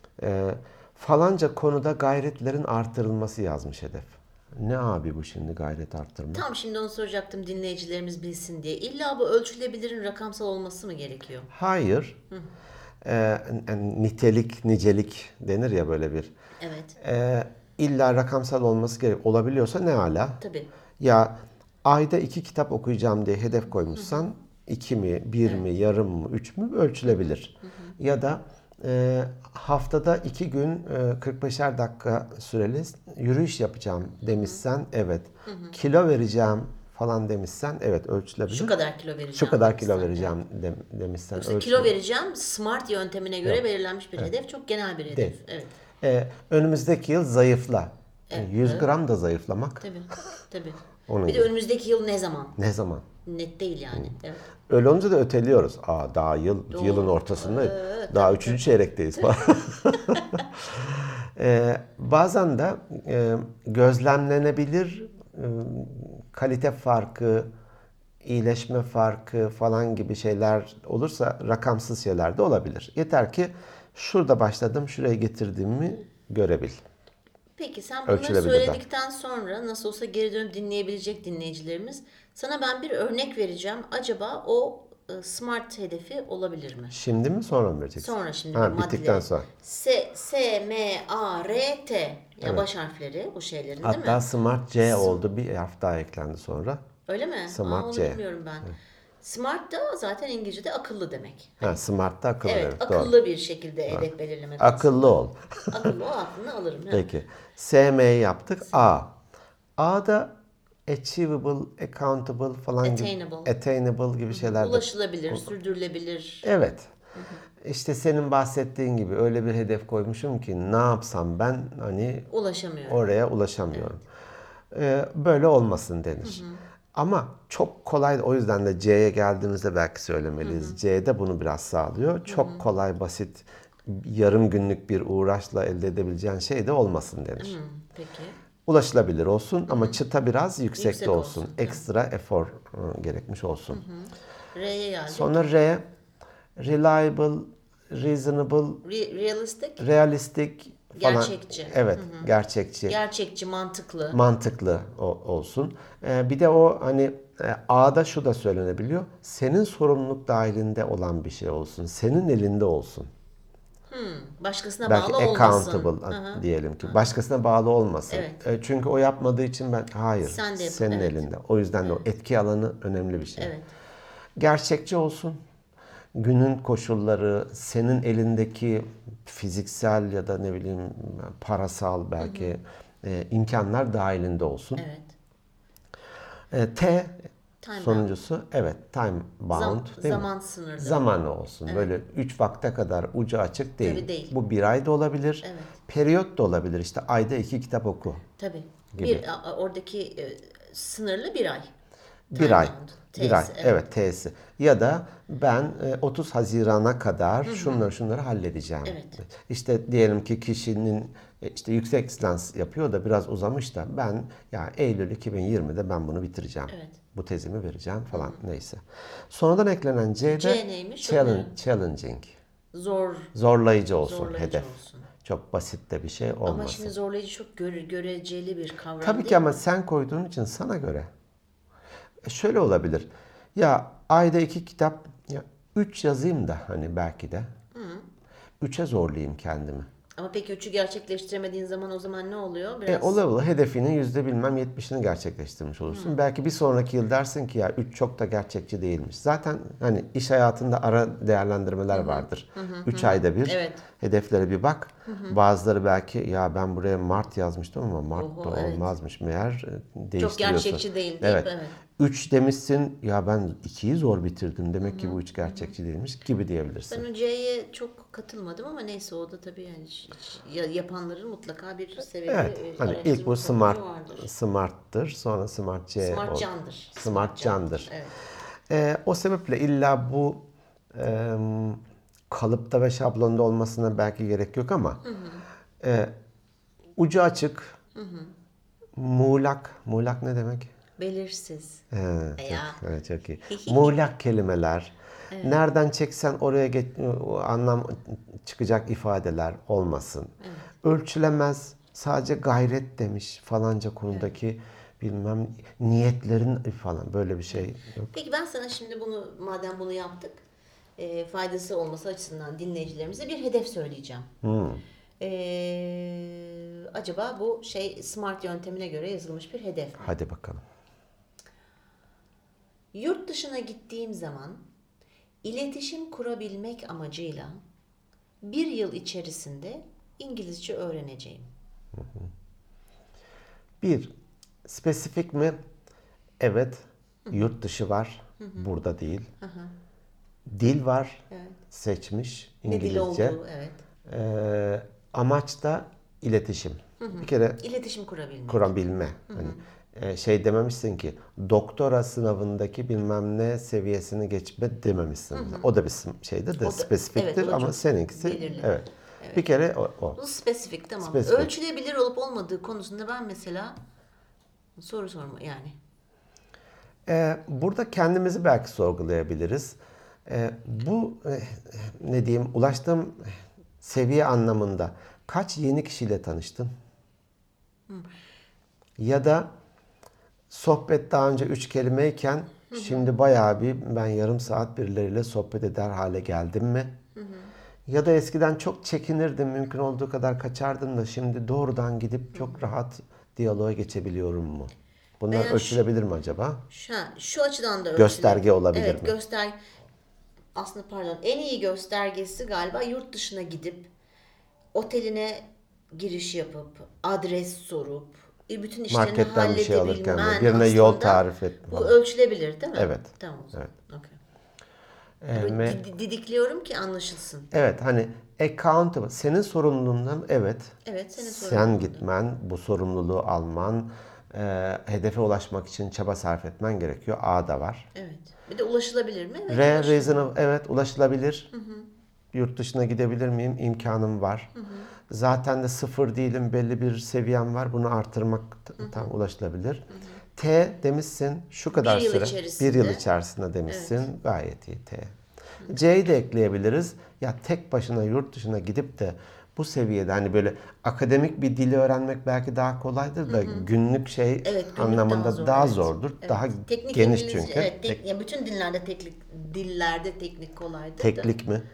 Falanca konuda gayretlerin artırılması yazmış hedef. Ne abi bu şimdi gayret arttırma? Tam şimdi onu soracaktım, dinleyicilerimiz bilsin diye. İlla bu ölçülebilirin rakamsal olması mı gerekiyor? Hayır. Nitelik, nicelik denir ya böyle bir. Evet. İlla rakamsal olması gerek. Olabiliyorsa ne ala? Tabii. Ya ayda 2 kitap okuyacağım diye hedef koymuşsan 2 mi, 1 mi, yarım mı, 3 mü ölçülebilir. Ya da haftada 2 gün 45'er dakika süreli yürüyüş yapacağım demişsen evet. Kilo vereceğim falan demişsen evet ölçülebilir. Şu kadar kilo vereceğim. Şu kadar kilo demişsen, vereceğim demişsen Yoksa ölçülebilir. kilo vereceğim SMART yöntemine göre belirlenmiş bir hedef. Çok genel bir hedef. Değil. Evet. Önümüzdeki yıl zayıfla. 100 gram da zayıflamak. Tabii. Tabii. Onun Bir de gibi. önümüzdeki yıl ne zaman? Ne zaman? Net değil yani. Evet. Öyle olunca da öteliyoruz. Daha yılın ortasında, daha üçüncü çeyrekteyiz falan. Bazen de gözlemlenebilir kalite farkı, iyileşme farkı falan gibi şeyler olursa rakamsız şeyler de olabilir. Yeter ki şurada başladım, şuraya getirdiğimi görebil. Peki sen bunları Ölçülebilir söyledikten sonra nasıl olsa geri dönüp dinleyebilecek dinleyicilerimiz. Sana ben bir örnek vereceğim. Acaba o SMART hedefi olabilir mi? Şimdi mi sonra mı vereceksin? Sonra şimdi Ha, bir bittikten madde. sonra. S, M, A, R, T. Ya baş harfleri bu şeylerin değil Hatta mi? Smart C oldu. Bir harf daha eklendi sonra. Öyle mi? Smart Onu C. bilmiyorum ben. Smart da zaten İngilizce'de akıllı demek. Ha, Smart da akıllı. Evet, Doğru. akıllı bir şekilde hedef belirleme Akıllı ol. Akıllı o aklını alırım. Ha. Peki. SM'yi yaptık. A. A'da achievable, accountable falan Attainable. gibi. Attainable gibi şeyler de. Ulaşılabilir, sürdürülebilir. Evet. İşte senin bahsettiğin gibi öyle bir hedef koymuşum ki ne yapsam ben hani Ulaşamıyorum. oraya ulaşamıyorum. Böyle olmasın denir. Ama çok kolay, o yüzden de C'ye geldiğimizde belki söylemeliyiz. C'de bunu biraz sağlıyor. Çok kolay, basit, yarım günlük bir uğraşla elde edebileceğin şey de olmasın denir. Peki. Ulaşılabilir olsun ama çıta biraz yüksekte Yüksek olsun. olsun. Ekstra efor gerekmiş olsun. R'ye geldik. Sonra R, reliable, reasonable, Realistic, realistik falan. gerçekçi. Evet, gerçekçi, Gerçekçi, mantıklı. mantıklı olsun. Bir de o hani A'da şu da söylenebiliyor. Senin sorumluluk dahilinde olan bir şey olsun. Senin elinde olsun. Başkasına Belki bağlı olmasın. accountable diyelim ki. Başkasına bağlı olmasın. Evet. Çünkü o yapmadığı için hayır, Sen de yap- senin evet. elinde. O yüzden de o etki alanı önemli bir şey. Evet. Gerçekçi olsun. Günün koşulları, senin elindeki fiziksel ya da ne bileyim parasal belki imkanlar dahilinde olsun. Evet. T Time sonuncusu evet time bound değil mi? Zaman sınırlı. Zamanı olsun. Böyle 3 vakte kadar ucu açık değil. Tabii değil. Bu bir ay da olabilir. Evet. Periyot da olabilir. İşte ayda 2 kitap oku. Tabii. Gibi. Oradaki sınırlı bir ay. Bir Time ay. bound. Bir T'si, ay. Evet T'si. Ya da ben 30 Haziran'a kadar şunları halledeceğim. Evet. İşte diyelim ki kişinin işte yüksek lisans yapıyor da biraz uzamış da ben ya Eylül 2020'de ben bunu bitireceğim. Evet. Bu tezimi vereceğim falan neyse. Sonradan eklenen C'de C neymiş? challenging. Zor. Zorlayıcı olsun Zorlayıcı hedef. olsun. Çok basit de bir şey olmasın. Ama şimdi zorlayıcı çok göreceli bir kavram Tabii değil ki ama sen koyduğun için sana göre. Şöyle olabilir. Ya ayda 2 kitap, ya 3 yazayım da hani belki de. 3'e zorlayayım kendimi. Ama peki üçü gerçekleştiremediğin zaman o zaman ne oluyor? Biraz Ola hedefinin %70'ini gerçekleştirmiş olursun. Belki bir sonraki yıl dersin ki ya 3 çok da gerçekçi değilmiş. Zaten hani iş hayatında ara değerlendirmeler vardır. 3 ayda bir Evet. hedeflere bir bak. Bazıları belki ya ben buraya Mart yazmıştım ama Mart da evet. olmazmış meğer değiştiriyorsun. çok gerçekçi değil. Evet. Evet. 3 demişsin ya ben 2'yi zor bitirdim demek ki bu 3 gerçekçi değilmiş gibi diyebilirsin. Ben o C'ye çok katılmadım ama neyse o da tabii yani yapanların mutlaka bir sebebi Evet. Hani ilk bu araştırma sonucu vardır. smart'tır. Sonra smart C Smart oldu. candır. Smart candır. Evet. O sebeple illa bu kalıpta ve şablonda olmasına belki gerek yok ama ucu açık, muğlak. Muğlak ne demek? Belirsiz. Çok iyi. Muğlak kelimeler. Nereden çeksen oraya anlam çıkacak ifadeler olmasın. Ölçülemez, sadece gayret demiş falanca konudaki bilmem niyetlerin falan böyle bir şey yok. Peki ben sana şimdi madem bunu yaptık faydası olması açısından dinleyicilerimize bir hedef söyleyeceğim. Acaba bu SMART yöntemine göre yazılmış bir hedef mi? Hadi bakalım. Yurt dışına gittiğim zaman iletişim kurabilmek amacıyla bir yıl içerisinde İngilizce öğreneceğim. Bir, spesifik mi? Evet, yurt dışı var, burada değil. Dil var, Evet. seçmiş Ne dil İngilizce. olduğu, evet. Amaç da iletişim. Bir kere İletişim kurabilmek. kurabilme. Hani şey dememişsin ki doktora sınavındaki bilmem ne seviyesini geçme dememişsin. O da bir şeydir de O da- spesifiktir evet, o da ama çok seninkisi belirli. evet. Bir kere o. Bu spesifik, tamam. Spesifik. Ölçülebilir olup olmadığı konusunda ben mesela soru sorma yani. Burada kendimizi belki sorgulayabiliriz. Bu ne diyeyim ulaştığım seviye anlamında kaç yeni kişiyle tanıştın? Ya da sohbet daha önce 3 kelimeyken şimdi bayağı bir ben yarım saat birileriyle sohbet eder hale geldim mi? Ya da eskiden çok çekinirdim, mümkün olduğu kadar kaçardım da şimdi doğrudan gidip çok rahat diyaloğa geçebiliyorum mu? Bunlar Veya ölçülebilir mi acaba? Şu açıdan da Gösterge olabilir evet, mi? aslında pardon, en iyi göstergesi galiba yurt dışına gidip oteline giriş yapıp adres sorup bütün işlerini Marketten bir şey alırken de halledebilmen birine yol aslında tarif etme bu falan. ölçülebilir değil mi? Evet. Tamam o zaman. Okey. Ve Böyle didikliyorum ki anlaşılsın. evet hani accountable senin sorumluluğundan evet. Evet, senin Sen sorumluluğun. gitmen, bu sorumluluğu alman, hedefe ulaşmak için çaba sarf etmen gerekiyor. A da var. Evet. Bir de ulaşılabilir mi? Evet, Reasonable, evet ulaşılabilir. Yurt dışına gidebilir miyim? İmkanım var. Zaten de sıfır değilim, belli bir seviyem var. Bunu artırmak tam ulaşılabilir. T demişsin şu kadar Bir yıl süre. içerisinde. Bir yıl içerisinde demişsin. Gayet iyi T. C'yi de ekleyebiliriz. Ya tek başına yurt dışına gidip de bu seviyede hani böyle akademik bir dili öğrenmek belki daha kolaydır da günlük şey Evet, günlük anlamında daha daha zor, evet. zordur. Evet. Daha Teknik geniş İngilizce, çünkü. evet, ya bütün dillerde teknik kolaydır da. Teklik mi?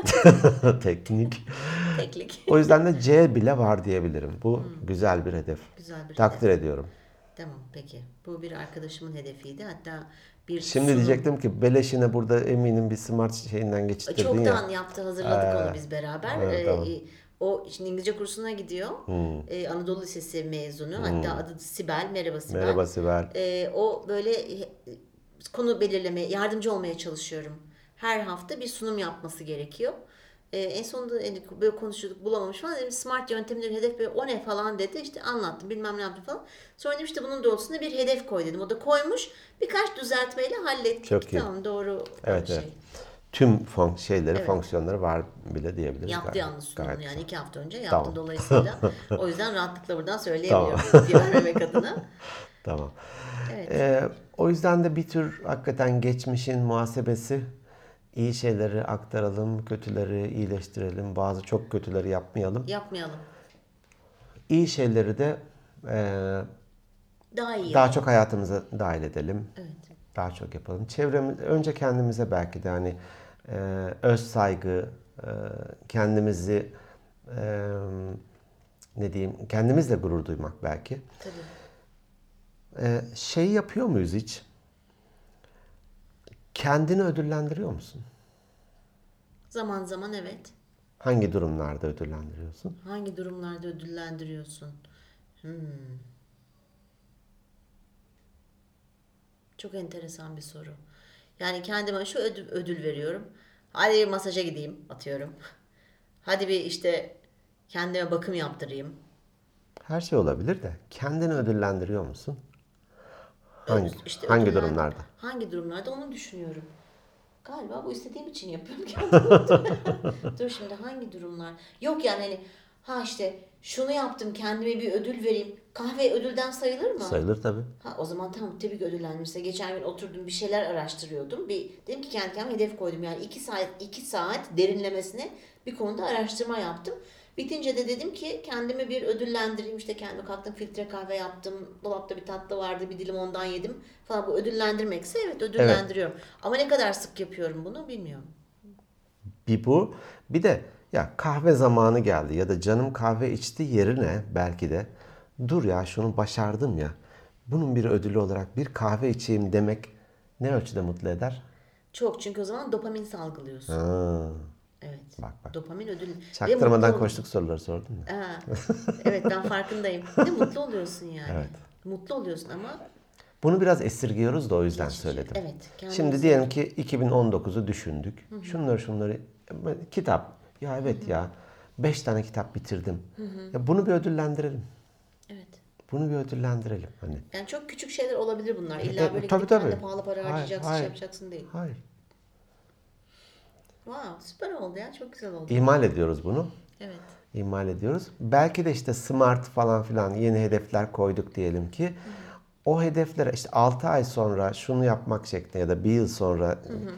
Teknik. Teknik. O yüzden de C bile var diyebilirim. Bu güzel bir hedef. Güzel bir Takdir ediyorum. Tamam, peki. Bu bir arkadaşımın hedefiydi. Hatta bir Şimdi sunum. diyecektim ki beleşine burada eminim bir smart şeyinden geçtirdin Çoktan ya. yaptı, hazırladık onu biz beraber. evet, tamam. O şimdi İngilizce kursuna gidiyor. Anadolu Lisesi mezunu. Hatta adı Sibel. Merhaba Sibel. Merhaba Sibel. O böyle konu belirleme, yardımcı olmaya çalışıyorum. Her hafta bir sunum yapması gerekiyor. En sonunda böyle konuşuyorduk, bulamamış falan. Dedim smart yöntemleri hedef böyle o ne falan dedi. İşte anlattım, bilmem ne yaptım falan. Sonra dedim işte bunun doğrultusunda bir hedef koy dedim. O da koymuş. Birkaç düzeltmeyle hallettik. Çok iyi. Tamam, doğru Evet, şey. evet. Tüm şeyleri, Evet. fonksiyonları var bile diyebiliriz. Yaptı galiba. yalnız sunumunu Gayet yani güzel. 2 hafta önce yaptı Tamam. dolayısıyla. O yüzden rahatlıkla buradan söyleyebiliyorum. Bilgi vermemek adına. Tamam. Evet. O yüzden de bir tür hakikaten geçmişin muhasebesi, iyi şeyleri aktaralım, kötüleri iyileştirelim, bazı çok kötüleri yapmayalım. Yapmayalım. İyi şeyleri de Daha iyi daha yapalım. çok hayatımıza dahil edelim. Evet. Daha çok yapalım. Çevremiz, önce kendimize belki de hani öz saygı, kendimizi ne diyeyim, kendimizle gurur duymak belki. Tabii. Şey yapıyor muyuz hiç? Kendini ödüllendiriyor musun? Zaman zaman evet. Hangi durumlarda ödüllendiriyorsun? Hangi durumlarda ödüllendiriyorsun? Çok enteresan bir soru. Yani kendime şu ödül veriyorum. Hadi bir masaja gideyim, atıyorum. Hadi bir işte kendime bakım yaptırayım. Her şey olabilir de kendini ödüllendiriyor musun? Hangi, İşte hangi ödüllendir- durumlarda? Hangi durumlarda onu düşünüyorum. Galiba bu istediğim için yapıyorum kendimi. Dur şimdi hangi durumlar? Yok yani hani işte şunu yaptım, kendime bir ödül vereyim. Kahve ödülden sayılır mı? Sayılır tabii. O zaman tamam, tabii ki ödüllenmişse. Geçen gün oturdum bir şeyler araştırıyordum. Dedim ki kendi kendime hedef koydum. Yani 2 saat derinlemesine bir konuda araştırma yaptım. Bitince de dedim ki kendimi bir ödüllendireyim. İşte kendime kalktım, filtre kahve yaptım. Dolapta bir tatlı vardı, bir dilim ondan yedim falan. Bu ödüllendirmekse evet ödüllendiriyorum. Ama ne kadar sık yapıyorum bunu bilmiyorum. Bir bu. Bir de ya kahve zamanı geldi ya da canım kahve içti yerine belki de dur ya şunu başardım ya. Bunun bir ödülü olarak bir kahve içeyim demek ne ölçüde mutlu eder? Çok, çünkü o zaman dopamin salgılıyorsun. Ha, Evet. bak. Dopamin ödül. Çaktırmadan koştuk soruları sordun da. Evet, ben farkındayım. Bir de mutlu oluyorsun yani. Evet. Mutlu oluyorsun ama Bunu biraz esirgiyoruz da o yüzden söyledim. evet. Şimdi diyelim ki 2019'u düşündük. Şunları kitap. Ya evet ya 5 tane kitap bitirdim. Ya bunu bir ödüllendirelim. Evet. Bunu bir ödüllendirelim. Hani. Yani çok küçük şeyler olabilir bunlar. İlla böyle Tabii gidip tabii. de pahalı para harcayacaksın, Hayır, şey yapacaksın değil. hayır. Wow, süper oldu ya. Çok güzel oldu. İhmal ediyoruz bunu. Evet. İhmal ediyoruz. Belki de işte smart falan filan yeni hedefler koyduk diyelim ki. O hedeflere işte 6 ay sonra şunu yapmak şeklinde ya da bir yıl sonra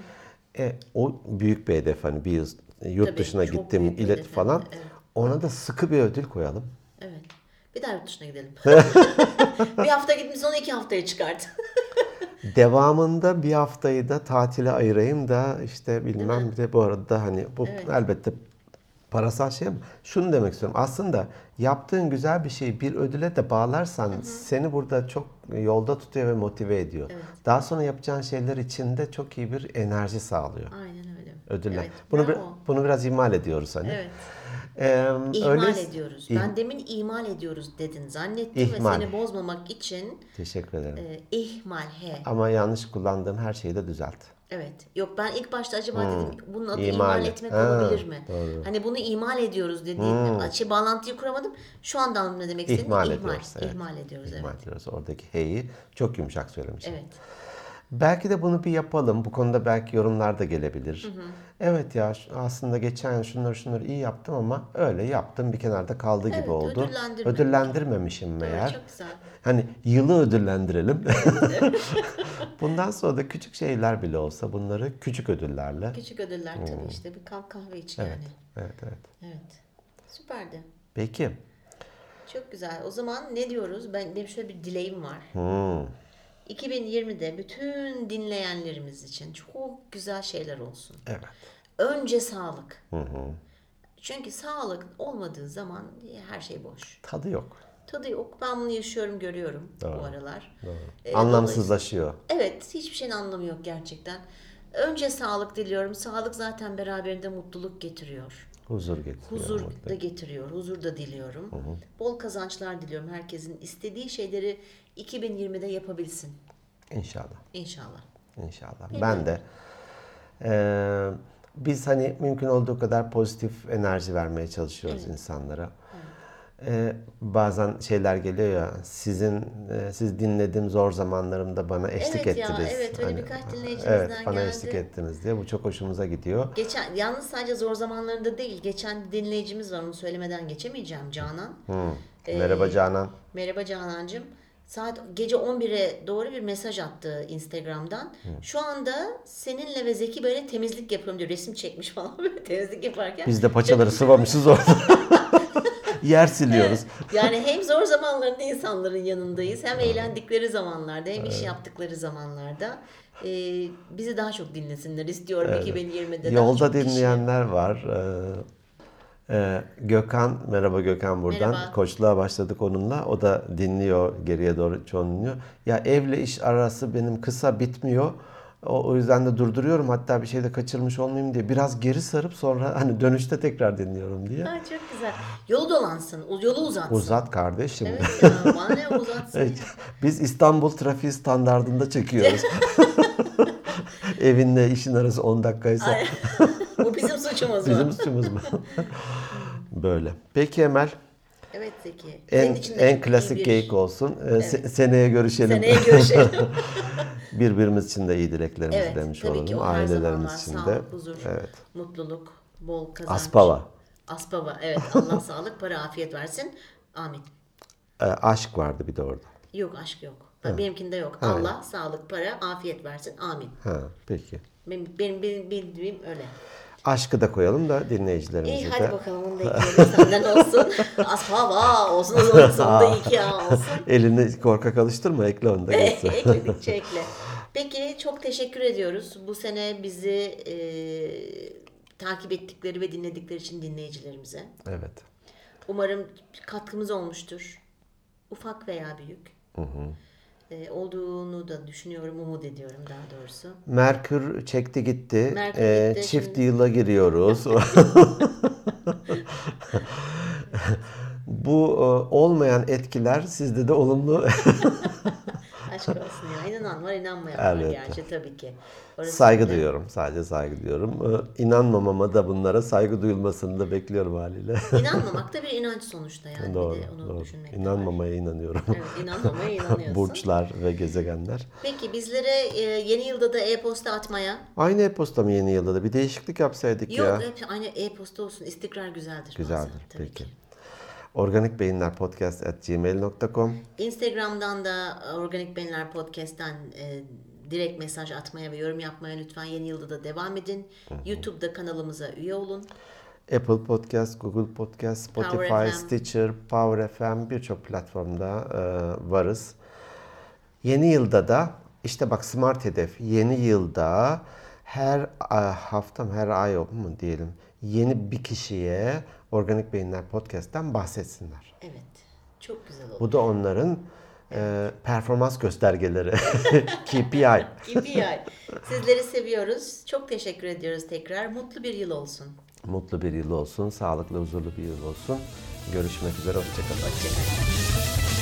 o büyük bir hedef, hani bir yıl yurt Tabii, dışına çok gittim büyük bir ilet hedef, falan. evet. Ona da sıkı bir ödül koyalım. Evet. Bir daha yurt dışına gidelim. Bir hafta gitmiş, onu 2 haftaya çıkart. Devamında bir haftayı da tatile ayırayım da işte bilmem, mi? bir de bu arada hani bu Evet. elbette parasal şey ama şunu demek istiyorum. Aslında yaptığın güzel bir şeyi bir ödüle de bağlarsan seni burada çok yolda tutuyor ve motive ediyor. Evet. Daha sonra yapacağın şeyler için de çok iyi bir enerji sağlıyor. Aynen öyle. Ödüller. Evet, Bunu bravo. bunu biraz ihmal ediyoruz hani. Evet. Öyle İhmal ediyoruz. Ben demin ihmal ediyoruz dedin zannettim İhmal. ve seni bozmamak için Teşekkür ederim. ihmal he. Ama yanlış kullandığım her şeyi de düzelt. Evet. Yok, ben ilk başta acaba dedim bunun adı İhmal. ihmal etmek Ha, olabilir mi? doğru. Hani bunu ihmal ediyoruz dediğim bağlantıyı kuramadım. Şu anda anladım ne demek istediğini. İhmal İhmal. ediyoruz. Evet. İhmal ediyoruz, İhmal evet. ediyoruz. Oradaki heyi çok yumuşak söylemişim. Evet. Belki de bunu bir yapalım. Bu konuda belki yorumlar da gelebilir. Evet ya aslında geçen yıl şunları iyi yaptım ama öyle yaptım bir kenarda kaldı gibi Evet, oldu. ödüllendirmemek. Ödüllendirmemişim meğer. Çok güzel. Hani yılı ödüllendirelim. Bundan sonra da küçük şeyler bile olsa bunları küçük ödüllerle. Küçük ödüller tabii, işte bir kalk kahve iç Evet, yani. evet. Evet. Süperdi. Peki. Çok güzel. O zaman ne diyoruz? Benim şöyle bir dileğim var. 2020'de bütün dinleyenlerimiz için çok güzel şeyler olsun. Evet. Önce sağlık. Çünkü sağlık olmadığı zaman her şey boş. Tadı yok. Tadı yok. Ben bunu yaşıyorum, görüyorum Doğru. bu aralar. Doğru. Anlamsızlaşıyor. Evet, hiçbir şeyin anlamı yok gerçekten. Önce sağlık diliyorum. Sağlık zaten beraberinde mutluluk getiriyor. Huzur getiriyor. Huzur da getiriyor. Huzur da diliyorum. Bol kazançlar diliyorum. Herkesin istediği şeyleri 2020'de yapabilsin. İnşallah. İnşallah. İnşallah. Ben de biz hani mümkün olduğu kadar pozitif enerji vermeye çalışıyoruz insanlara. Bazen şeyler geliyor ya, siz dinlediğim zor zamanlarımda bana eşlik Evet ya, ettiniz. evet, öyle Hani, birkaç dinleyicimizden evet, bana geldi. eşlik ettiniz diye. Bu çok hoşumuza gidiyor. Yalnız sadece zor zamanlarında değil. Geçen dinleyicimiz var, onu söylemeden geçemeyeceğim, Canan. Merhaba Canan. Merhaba Canancığım. Saat gece 11'e doğru bir mesaj attı Instagram'dan. Şu anda seninle ve Zeki böyle temizlik yapıyorum diyor. Resim çekmiş falan böyle temizlik yaparken. Biz de paçaları sıvamışız orada. Yer siliyoruz. Yani hem zor zamanlarında insanların yanındayız, hem eğlendikleri zamanlarda, hem iş yaptıkları zamanlarda. Bizi daha çok dinlesinler istiyorum 2020'de. Daha Yolda çok kişi. dinleyenler var. Gökhan, merhaba Gökhan buradan. Merhaba. Koçluğa başladık onunla. O da dinliyor, geriye doğru çoğunu dinliyor. Ya evle iş arası benim kısa bitmiyor. O yüzden de durduruyorum. Hatta bir şey de kaçırmış olmayayım diye. Biraz geri sarıp sonra hani dönüşte tekrar dinliyorum diye. Ha, çok güzel. Yolu dolansın, yolu uzatsın. Uzat kardeşim. Evet ya, bana ne uzatsın. Evet, biz İstanbul trafiği standardında çekiyoruz. Evinle işin arası 10 dakikaysa. Ay, bu bizim suçumuz mu? Bizim suçumuz mu? Böyle. Peki Emel. Evet Zeki. Senin için de En çok iyi klasik bir- geyik olsun. Seneye görüşelim. Seneye görüşelim. Birbirimiz için de iyi dileklerimizi Evet, demiş tabii olalım. ki o her zaman var. Ailelerimiz için de. Sağlık, huzur, Evet. mutluluk, bol kazanç. Aspava. Aspava, evet. Allah sağlık, para, afiyet versin. Amin. Aşk vardı bir de orada. Yok, aşk yok. Benimkinde yok. Allah sağlık, para, afiyet versin. Amin. Ha, peki. Benim bildiğim öyle. Aşkı da koyalım da dinleyicilerimize İyi de. hadi bakalım, onu da ekleyelim, senden olsun. Aspava olsun, o zaman sonunda 2 A olsun. Elini korkak alıştırma, ekle onu da geçsin. Ekledikçe ekle. Peki, çok teşekkür ediyoruz. Bu sene bizi takip ettikleri ve dinledikleri için dinleyicilerimize. Evet. Umarım katkımız olmuştur. Ufak veya büyük. Olduğunu da düşünüyorum, umut ediyorum daha doğrusu. Merkür çekti gitti. Merkür gitti, Çift şimdi- yıla giriyoruz. Bu olmayan etkiler sizde de olumlu Aşk olsun ya. İnanan var, inanmayan var Elbette. gerçi tabii ki. Orası Saygı öyle. duyuyorum. Sadece saygı duyuyorum. İnanmamama da bunlara saygı duyulmasını da bekliyorum haliyle. İnanmamak da bir inanç sonuçta yani. Doğru, Bir de onu doğru. düşünmek de var. İnanmamaya inanıyorum. Evet, inanmamaya inanıyorsun. Burçlar ve gezegenler. Peki bizlere yeni yılda da e-posta atmaya. Aynı e-posta mı yeni yılda da? Bir değişiklik yapsaydık Yok, ya. hep aynı e-posta olsun. İstikrar güzeldir. Güzeldir. bazen, tabii Peki. ki. organikbeyinlerpodcast@gmail.com. Instagram'dan da Organik Beyinler Podcast'ten direkt mesaj atmaya ve yorum yapmaya lütfen yeni yılda da devam edin. YouTube'da kanalımıza üye olun. Apple Podcast, Google Podcast, Spotify, Power FM. Stitcher, Power FM birçok platformda varız. Yeni yılda da işte bak smart hedef. Yeni yılda her hafta mı her ay mı diyelim yeni bir kişiye Organik Beyinler Podcast'ten bahsetsinler. Evet. Çok güzel oldu. Bu da onların performans göstergeleri. KPI. KPI. Sizleri seviyoruz. Çok teşekkür ediyoruz tekrar. Mutlu bir yıl olsun. Mutlu bir yıl olsun, sağlıklı, huzurlu bir yıl olsun. Görüşmek üzere, hoşçakalın. Hoşçakalın.